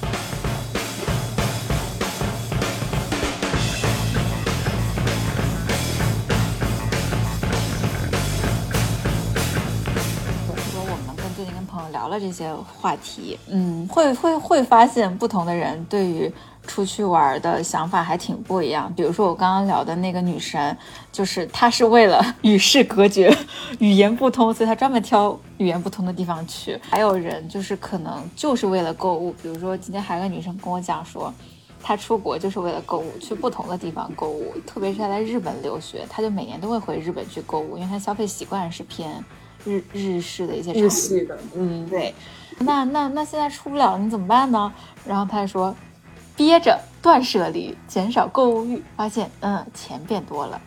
聊了这些话题，会发现不同的人对于出去玩的想法还挺不一样。比如说我刚刚聊的那个女生，就是她是为了与世隔绝、语言不通，所以她专门挑语言不通的地方去。还有人就是可能就是为了购物，比如说今天还有个女生跟我讲说，她出国就是为了购物，去不同的地方购物，特别是她在日本留学，她就每年都会回日本去购物，因为她消费习惯是偏日式的一些产品， 日系的， 对。那现在出不了，你怎么办呢？然后他就说，憋着，断舍离，减少购物欲，发现钱变多了。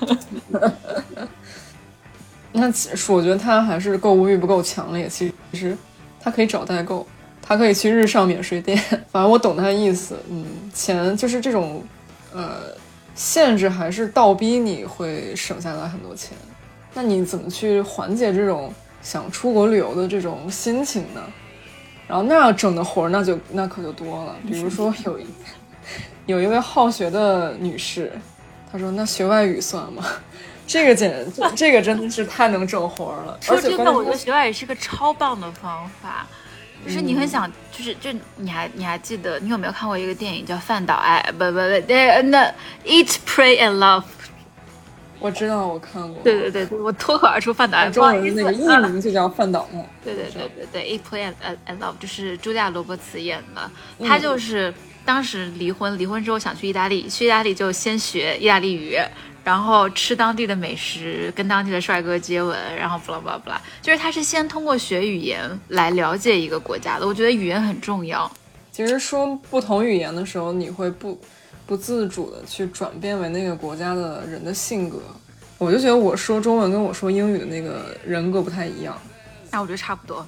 那其实我觉得他还是购物欲不够强烈。其实他可以找代购，他可以去日上免税店。反正我懂他的意思，钱就是这种限制还是倒逼你会省下来很多钱。那你怎么去缓解这种想出国旅游的这种心情呢？然后那要整的活那可就多了。比如说有一位好学的女士，她说那学外语算吗？这个真的是太能整活了。 说真的，我觉得学外语是个超棒的方法。就是你很想，就你还记得你有没有看过一个电影叫《范岛爱》？不，那 Eat, Pray and Love。 我知道，我看过。 对，我脱口而出范岛爱， 中文那个译名就叫范岛爱。 对 ，Eat, Pray and Love 就是茱莉亚·罗伯茨演的。她就是当时离婚之后想去意大利，去意大利就先学意大利语， 然后吃当地的美食，跟当地的帅哥接吻，然后不啦不啦不啦，就是他是先通过学语言来了解一个国家的。我觉得语言很重要。 其实说不同语言的时候，你会不自主的去转变为那个国家的人的性格。我就觉得我说中文跟我说英语的那个人格不太一样。 那我觉得差不多，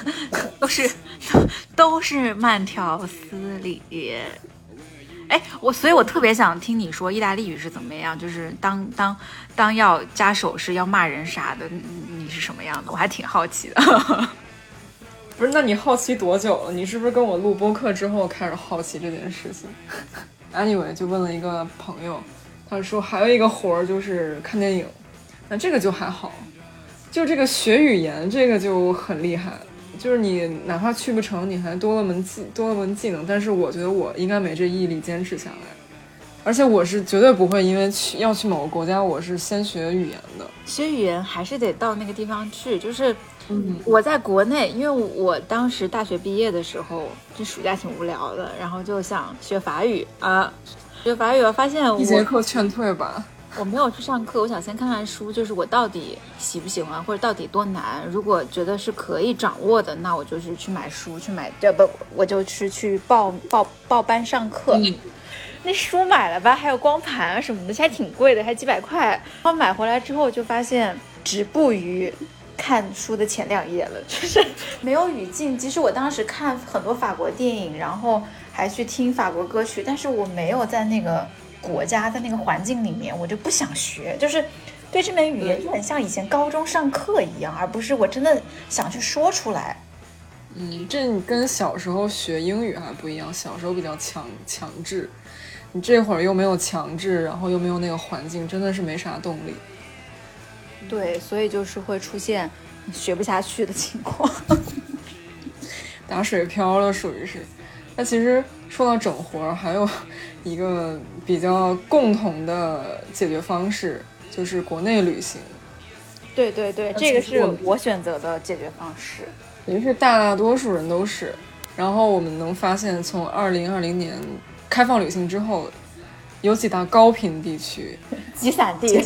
都是慢条斯理。哎，所以我特别想听你说意大利语是怎么样，就是当要加手势要骂人啥的，你是什么样的？我还挺好奇的。 不是，那你好奇多久了？你是不是跟我录播客之后开始好奇这件事情？Anyway， 就问了一个朋友，他说还有一个活儿就是看电影，那这个就还好。就这个学语言，这个就很厉害，就是你哪怕去不成，你还多了门技能。但是我觉得我应该没这毅力坚持下来，而且我是绝对不会因为要去某个国家，我是先学语言的。 学语言还是得到那个地方去，就是我在国内，因为我当时大学毕业的时候，这暑假挺无聊的，然后就想学法语啊，学法语我发现一节课劝退吧。 我没有去上课，我想先看看书，就是我到底喜不喜欢，或者到底多难。如果觉得是可以掌握的，那我就是去买书，我就是去报班上课。那书买了吧，还有光盘啊什么的，还挺贵的，还几百块。然后买回来之后就发现止步于看书的前2页了，就是没有语境。即使我当时看很多法国电影，然后还去听法国歌曲，但是我没有在那个国家，在那个环境里面，我就不想学，就是对这门语言就很像以前高中上课一样，而不是我真的想去说出来。 这跟小时候学英语还不一样，小时候比较强制，你这会儿又没有强制，然后又没有那个环境，真的是没啥动力。 对，所以就是会出现学不下去的情况， 打水漂了属于是。那其实说到整活，还有一个比较共同的解决方式，就是国内旅行。 对，这个是我选择的解决方式， 也是大多数人都是。然后我们能发现，从2020年开放旅行之后，有几大高频地区， 集散地，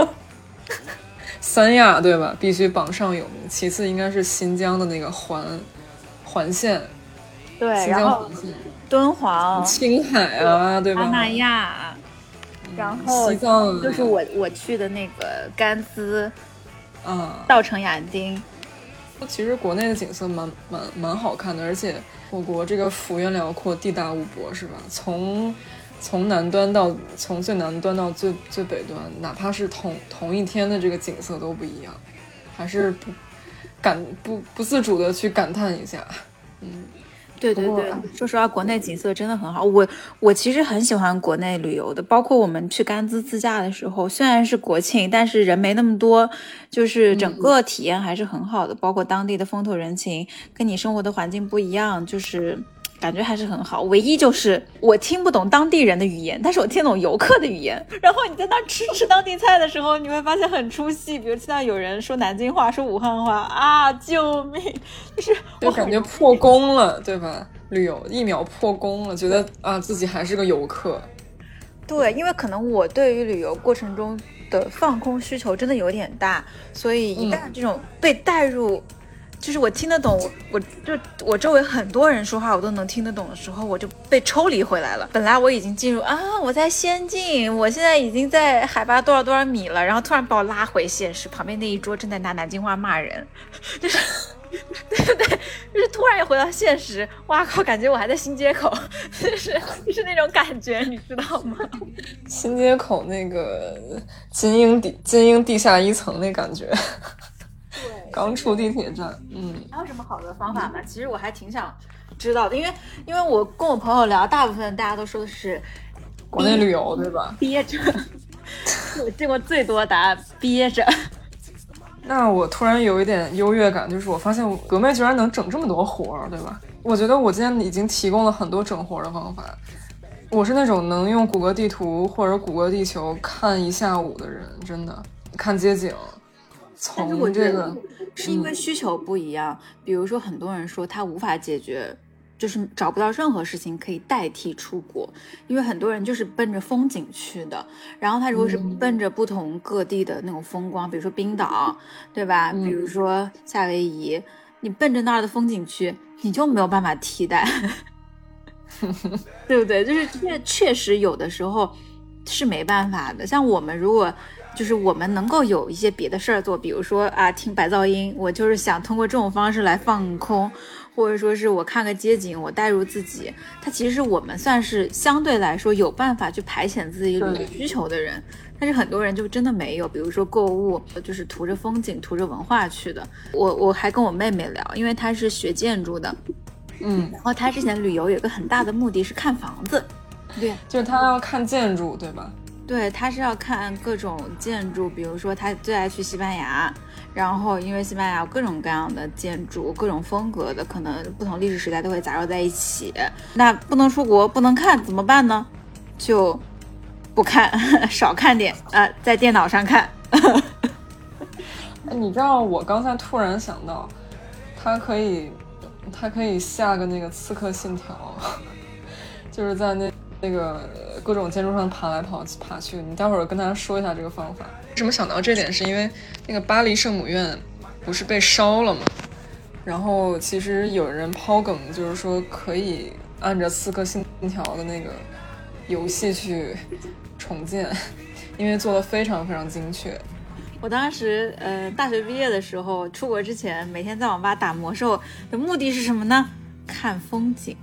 三亚对吧？必须榜上有名。其次应该是新疆的那个环线。 对，然后敦煌、 青海啊，对吧？ 阿那亚，然后西藏就是我去的那个甘孜，稻城亚丁。 其实国内的景色蛮好看的，而且我国这个幅员辽阔，地大物博，是吧？从南端从最南端到最北端，哪怕是同一天的这个景色都不一样，还是不自主的去感叹一下。 对，说实话，国内景色真的很好。我其实很喜欢国内旅游的，包括我们去甘孜自驾的时候，虽然是国庆，但是人没那么多，就是整个体验还是很好的。包括当地的风土人情，跟你生活的环境不一样，就是感觉还是很好。唯一就是我听不懂当地人的语言，但是我听懂游客的语言。然后你在那吃当地菜的时候，你会发现很出戏。比如听到有人说南京话，说武汉话啊，救命！ 就感觉破功了，对吧？旅游1秒破功了，觉得自己还是个游客。 对，因为可能我对于旅游过程中的放空需求真的有点大，所以一旦这种被带入，就是我听得懂，我周围很多人说话我都能听得懂的时候，我就被抽离回来了。本来我已经进入我在仙境，我现在已经在海拔多少米了，然后突然把我拉回现实，旁边那一桌正在拿南京话骂人，就是对，就是突然又回到现实，哇靠，感觉我还在新街口，就是那种感觉，你知道吗？ 新街口那个金鹰地下1层那感觉。对，刚出地铁站。 还有什么好的方法吗？其实我还挺想知道的，因为我跟我朋友聊，大部分大家都说的是国内旅游，对吧？ 憋着，我见过最多答案憋着。 那我突然有一点优越感，就是我发现格妹居然能整这么多活儿，对吧？我觉得我今天已经提供了很多整活的方法。我是那种能用谷歌地图或者谷歌地球看1下午的人，真的看街景。 但是我觉得是因为需求不一样，比如说很多人说他无法解决就是找不到任何事情可以代替出国，因为很多人就是奔着风景去的，然后他如果是奔着不同各地的那种风光，比如说冰岛，对吧？比如说夏威夷，你奔着那儿的风景去，你就没有办法替代，对不对？就是确实有的时候是没办法的。像我们如果就是我们能够有一些别的事儿做，比如说啊听白噪音，我就是想通过这种方式来放空，或者说是我看个街景，我带入自己，它其实我们算是相对来说有办法去排遣自己旅游需求的人，但是很多人就真的没有，比如说购物就是图着风景图着文化去的。我还跟我妹妹聊，因为她是学建筑的，然后她之前旅游有个很大的目的是看房子，对， 就是她要看建筑，对吧？ 对，他是要看各种建筑，比如说他最爱去西班牙，然后因为西班牙有各种各样的建筑，各种风格的，可能不同历史时代都会杂糅在一起。那不能出国，不能看，怎么办呢？就不看，少看点啊，在电脑上看。 你知道我刚才突然想到，他可以下个那个刺客信条，就是在那个各种建筑上爬来爬去。你待会儿跟大家说一下这个方法。为什么想到这点，是因为那个巴黎圣母院不是被烧了吗？然后其实有人抛梗，就是说可以按着刺客信条的那个游戏去重建，因为做得非常非常精确。 我当时大学毕业的时候，出国之前每天在网吧打魔兽的目的是什么呢？看风景。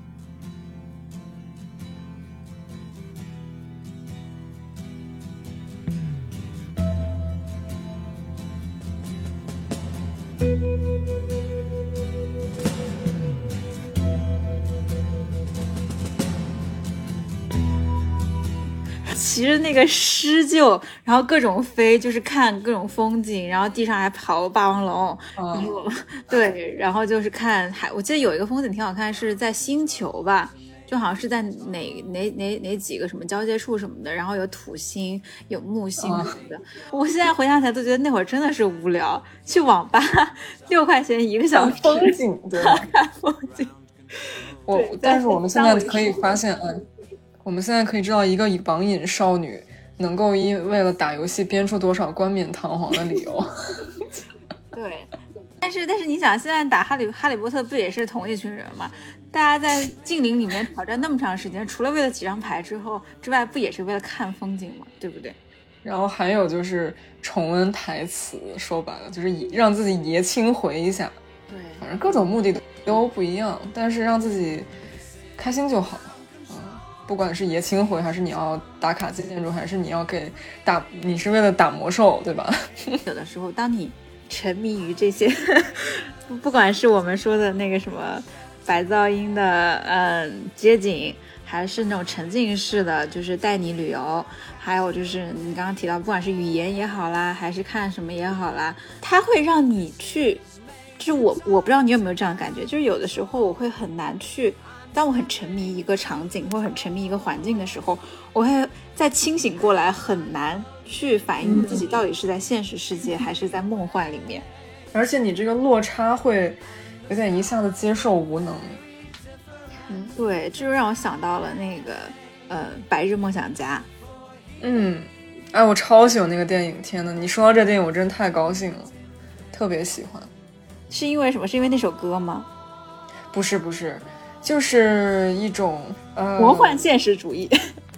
骑着那个狮鹫，然后各种飞，就是看各种风景，然后地上还跑霸王龙，然后对，然后就是看海。我记得有一个风景挺好看，是在星球吧，就好像是在哪几个什么交界处什么的，然后有土星有木星什么的。我现在回想起来都觉得那会儿真的是无聊，去网吧6块钱1个小时， 风景对， 看风景。 但是我们现在可以发现，我们现在可以知道一个网瘾少女能够为了打游戏编出多少冠冕堂皇的理由。 对，但是你想，现在打哈利波特不也是同一群人吗？大家在禁林里面挑战那么长时间，除了为了几张牌之外，不也是为了看风景吗？对不对？ 然后还有就是重温台词，说白了就是让自己爷青回一下。 对， 反正各种目的都不一样，但是让自己开心就好。不管是爷青回，还是你要打卡建筑，还是你是为了打魔兽，对吧？ 有的时候，当你沉迷于这些，不管是我们说的那个什么白噪音的街景，还是那种沉浸式的，就是带你旅游，还有就是你刚刚提到，不管是语言也好啦，还是看什么也好啦，它会让你去，就是我不知道你有没有这样的感觉，就是有的时候我会很难去。当我很沉迷一个场景或很沉迷一个环境的时候，我会再清醒过来，很难去反映自己到底是在现实世界还是在梦幻里面。 而且你这个落差会有点一下子接受无能。 对，这就让我想到了那个白日梦想家。 我超喜欢那个电影，天哪，你说到这电影我真的太高兴了，特别喜欢。 是因为什么？是因为那首歌吗？ 不是，就是一种魔幻现实主义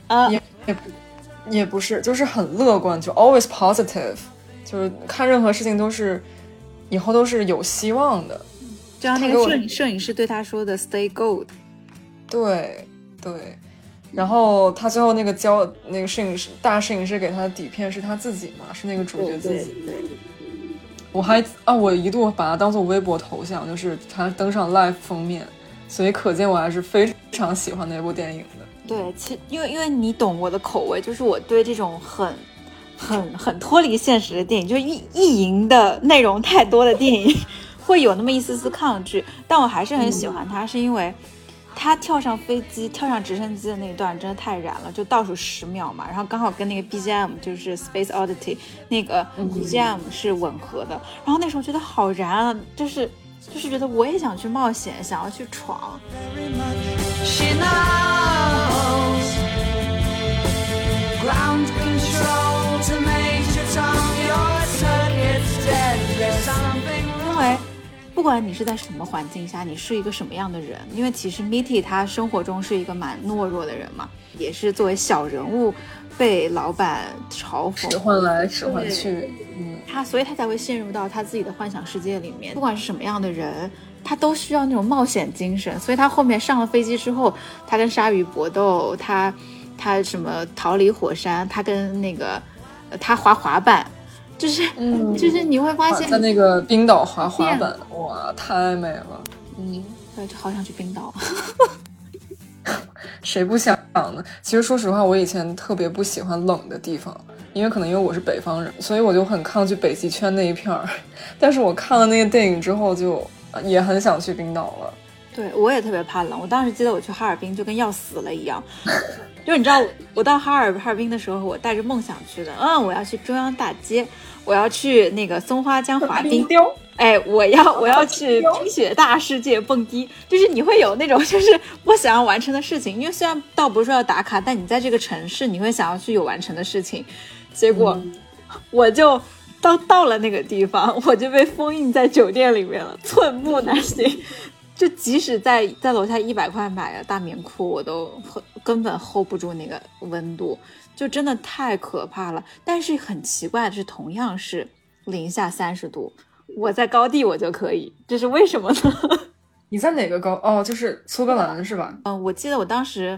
也不是，就是很乐观，就 always positive， 就是看任何事情都是以后都是有希望的。 就像那个摄影师对他说的 Stay Gold。 对，然后他最后那个大摄影师给他的底片是他自己嘛，是那个主角自己。 对， 我一度把它当做微博头像，就是他登上 Live 封面。所以可见我还是非常喜欢那部电影的。 对，其实因为你懂我的口味，就是我对这种很脱离现实的电影，就是意淫的内容太多的电影，会有那么一丝丝抗拒。但我还是很喜欢它，是因为他跳上飞机、跳上直升机的那一段真的太燃了，就倒数10秒嘛，然后刚好跟那个 BGM 就是 Space Oddity 那个 BGM 是吻合的，然后那时候觉得好燃啊，就是就是觉得我也想去冒险，想要去闯。 She knows ground control to Major Tom, your circuit's dead, there's something wrong. 因为不管你是在什么环境下，你是一个什么样的人，因为其实 Mitty 他生活中是一个蛮懦弱的人嘛，也是作为小人物被老板嘲讽， 使唤来使唤去， 所以他才会陷入到他自己的幻想世界里面。不管是什么样的人，他都需要那种冒险精神，所以他后面上了飞机之后，他跟鲨鱼搏斗，他什么逃离火山，他跟那个他滑板，就是你会发现在那个冰岛滑板，哇，太美了。 对，就好想去冰岛。 谁不想呢？其实说实话，我以前特别不喜欢冷的地方，因为我是北方人，所以我就很抗拒北极圈那一片儿。但是我看了那个电影之后，就也很想去冰岛了。 对，我也特别怕冷。我当时记得我去哈尔滨就跟要死了一样，就你知道我到哈尔滨的时候，我带着梦想去的。我要去中央大街，我要去那个松花江滑冰。哎，我要去冰雪大世界蹦迪，就是你会有那种就是我想要完成的事情，因为虽然倒不是说要打卡，但你在这个城市你会想要去有完成的事情。结果我就到了那个地方，我就被封印在酒店里面了，寸步难行。就即使在楼下100块买了大棉裤，我都根本 hold 不住那个温度，就真的太可怕了。但是很奇怪的是，同样是零下30度，我在高地我就可以，这是为什么呢？ 你在哪个高？就是苏格兰是吧？ 我记得我当时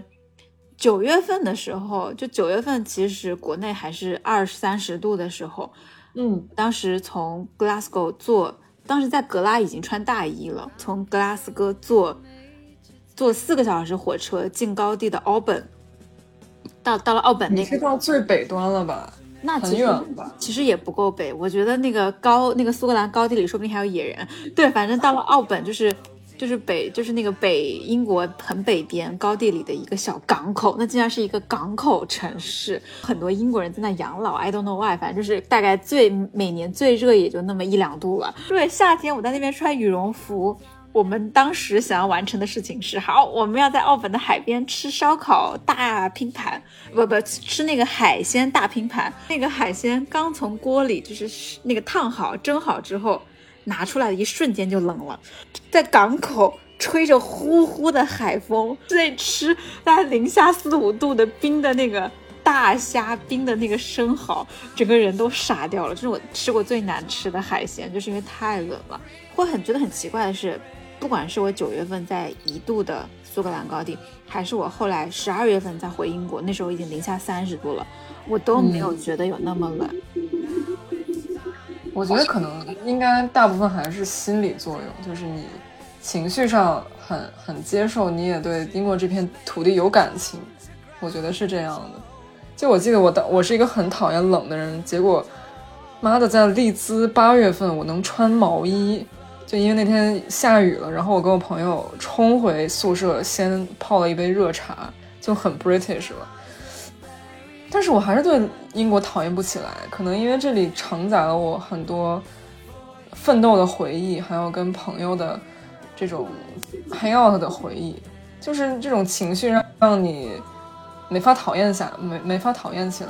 9月份的时候，就9月份其实国内还是20-30度的时候，当时从 Glasgow 当时在格拉已经穿大衣了，从格拉斯哥坐4个小时火车进高地的奥本，到了奥本那个， 你是到最北端了吧？ 那很远了吧？ 其实也不够北，我觉得那个苏格兰高地里说不定还有野人。对，反正到了奥本就是那个北英国很北边高地里的一个小港口，那竟然是一个港口城市，很多英国人在那养老 I don't know why， 反正就是大概每年最热也就那么1-2度了。对，夏天我在那边穿羽绒服，我们当时想要完成的事情是，好，我们要在奥本的海边吃烧烤大拼盘，不吃那个海鲜大拼盘，那个海鲜刚从锅里就是那个烫好蒸好之后拿出来的一瞬间就冷了，在港口吹着呼呼的海风，在吃大概零下4-5度的冰的那个大虾，冰的那个生蚝，整个人都傻掉了。这是我吃过最难吃的海鲜，就是因为太冷了。会觉得很奇怪的是，不管是我9月份在1度的苏格兰高地，还是我后来12月份再回英国，那时候已经零下30度了，我都没有觉得有那么冷。 我觉得可能应该大部分还是心理作用，就是你情绪上很接受，你也对英国这片土地有感情，我觉得是这样的。就我记得我是一个很讨厌冷的人，结果妈的在利兹8月份我能穿毛衣，就因为那天下雨了，然后我跟我朋友冲回宿舍先泡了一杯热茶，就很 British 了。但是我还是对英国讨厌不起来，可能因为这里承载了我很多奋斗的回忆，还有跟朋友的这种 hang out 的回忆，就是这种情绪让你没法讨厌起来。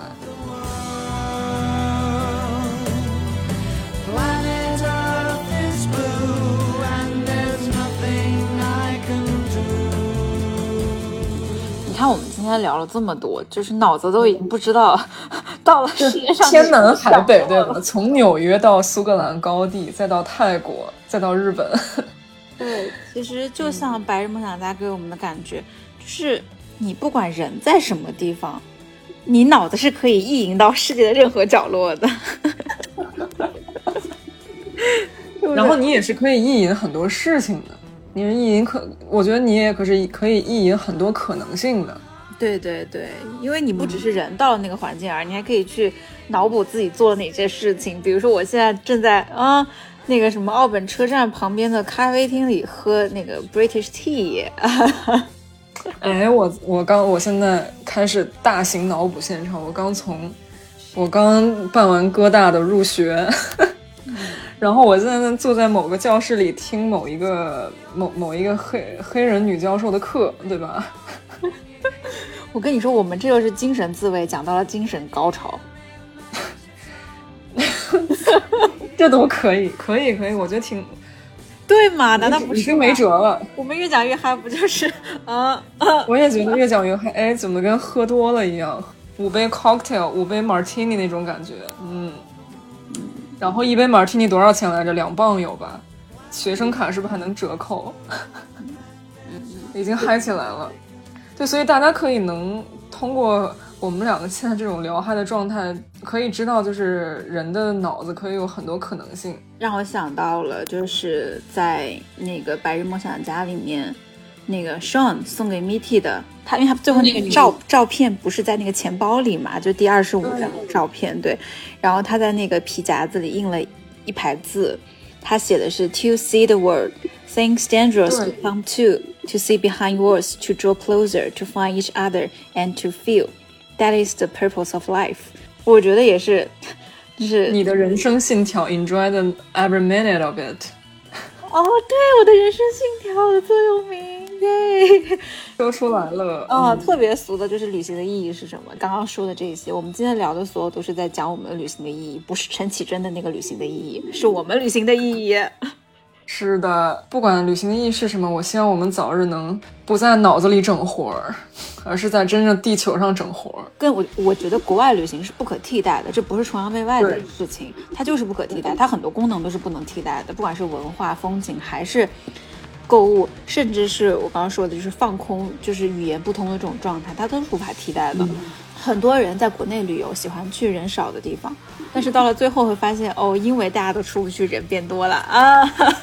你看我们今天聊了这么多，就是脑子都已经不知道到了世界上天南海北，对吧？从纽约到苏格兰高地，再到泰国，再到日本。 对，其实就像白日梦想家给我们的感觉，就是你不管人在什么地方，你脑子是可以意淫到世界的任何角落的。 然后你也是可以意淫很多事情的。你是意淫我觉得你也可以意淫很多可能性的。 对对对，因为你不只是人到了那个环境而已，你还可以去脑补自己做了哪些事情。比如说我现在正在那个什么奥本车站旁边的咖啡厅里喝那个 British tea。 哎，我现在开始大型脑补现场，我刚办完哥大的入学然后我现在坐在某个教室里听某一个黑人女教授的课，对吧？ 我跟你说，我们这就是精神自慰讲到了精神高潮。 这都可以，我觉得挺对嘛？难道不是？ 已经没辙了。 我们越讲越嗨，不就是我也觉得越讲越嗨，哎，怎么跟喝多了一样？5杯 cocktail， 5杯 martini 那种感觉，然后1杯 martini 多少钱来着？2磅有吧？学生卡是不是还能折扣？已经嗨起来了。对，所以大家可以能通过我们两个现在这种聊嗨的状态，可以知道就是人的脑子可以有很多可能性。 让我想到了，就是在那个《白日梦想家》里面，那个 Sean 送给 Mitty 的，因为他最后那个照片不是在那个钱包里嘛，就第25张照片，对。然后他在那个皮夹子里印了一排字，他写的是 To see the world, things dangerous to come to see behind walls, to draw closer, to find each other, and to feel. That is the purpose of life. 我觉得也是，就是你的人生信条 ，Enjoy the every minute of it。 哦，对，我的人生信条的座右铭，耶， 说出来了。 特别俗的就是旅行的意义是什么？刚刚说的这些，我们今天聊的所有都是在讲我们的旅行的意义，不是陈绮贞的那个旅行的意义，是我们旅行的意义。 是的，不管旅行的意义是什么，我希望我们早日能不在脑子里整活儿，而是在真正地球上整活儿。 我觉得国外旅行是不可替代的，这不是崇洋媚外的事情，它就是不可替代，它很多功能都是不能替代的，不管是文化、风景还是购物，甚至是我刚刚说的就是放空，就是语言不通的这种状态，它都是无法替代的。很多人在国内旅游喜欢去人少的地方，但是到了最后会发现，因为大家都出不去，人变多了啊。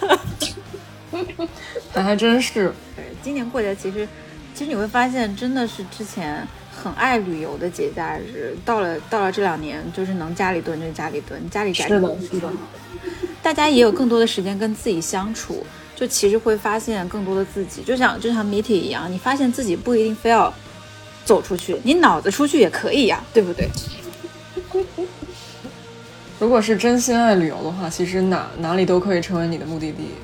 还真是。 今年过节其实你会发现，真的是之前很爱旅游的节假日，到了这2年，就是能家里蹲就家里蹲，家里是的， 大家也有更多的时间跟自己相处，就其实会发现更多的自己，就像 Mitty 一样，你发现自己不一定非要走出去，你脑子出去也可以呀，对不对？ 如果是真心爱旅游的话，其实哪里都可以成为你的目的地。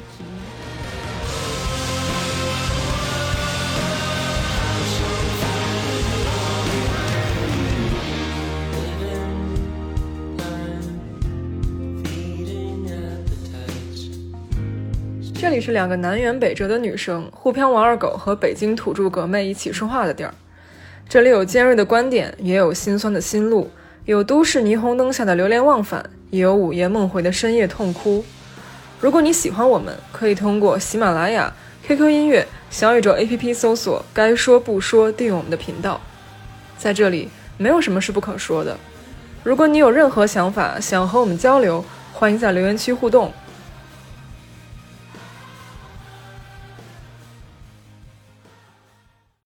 这里是2个南辕北辙的女生互漂王二狗和北京土著革妹一起说话的地儿。这里有尖锐的观点，也有心酸的心路，有都市霓虹灯下的流连忘返，也有午夜梦回的深夜痛哭。如果你喜欢我们，可以通过喜马拉雅、QQ 音乐、小宇宙 APP 搜索该说不说，订阅我们的频道。在这里没有什么是不可说的。如果你有任何想法想和我们交流，欢迎在留言区互动，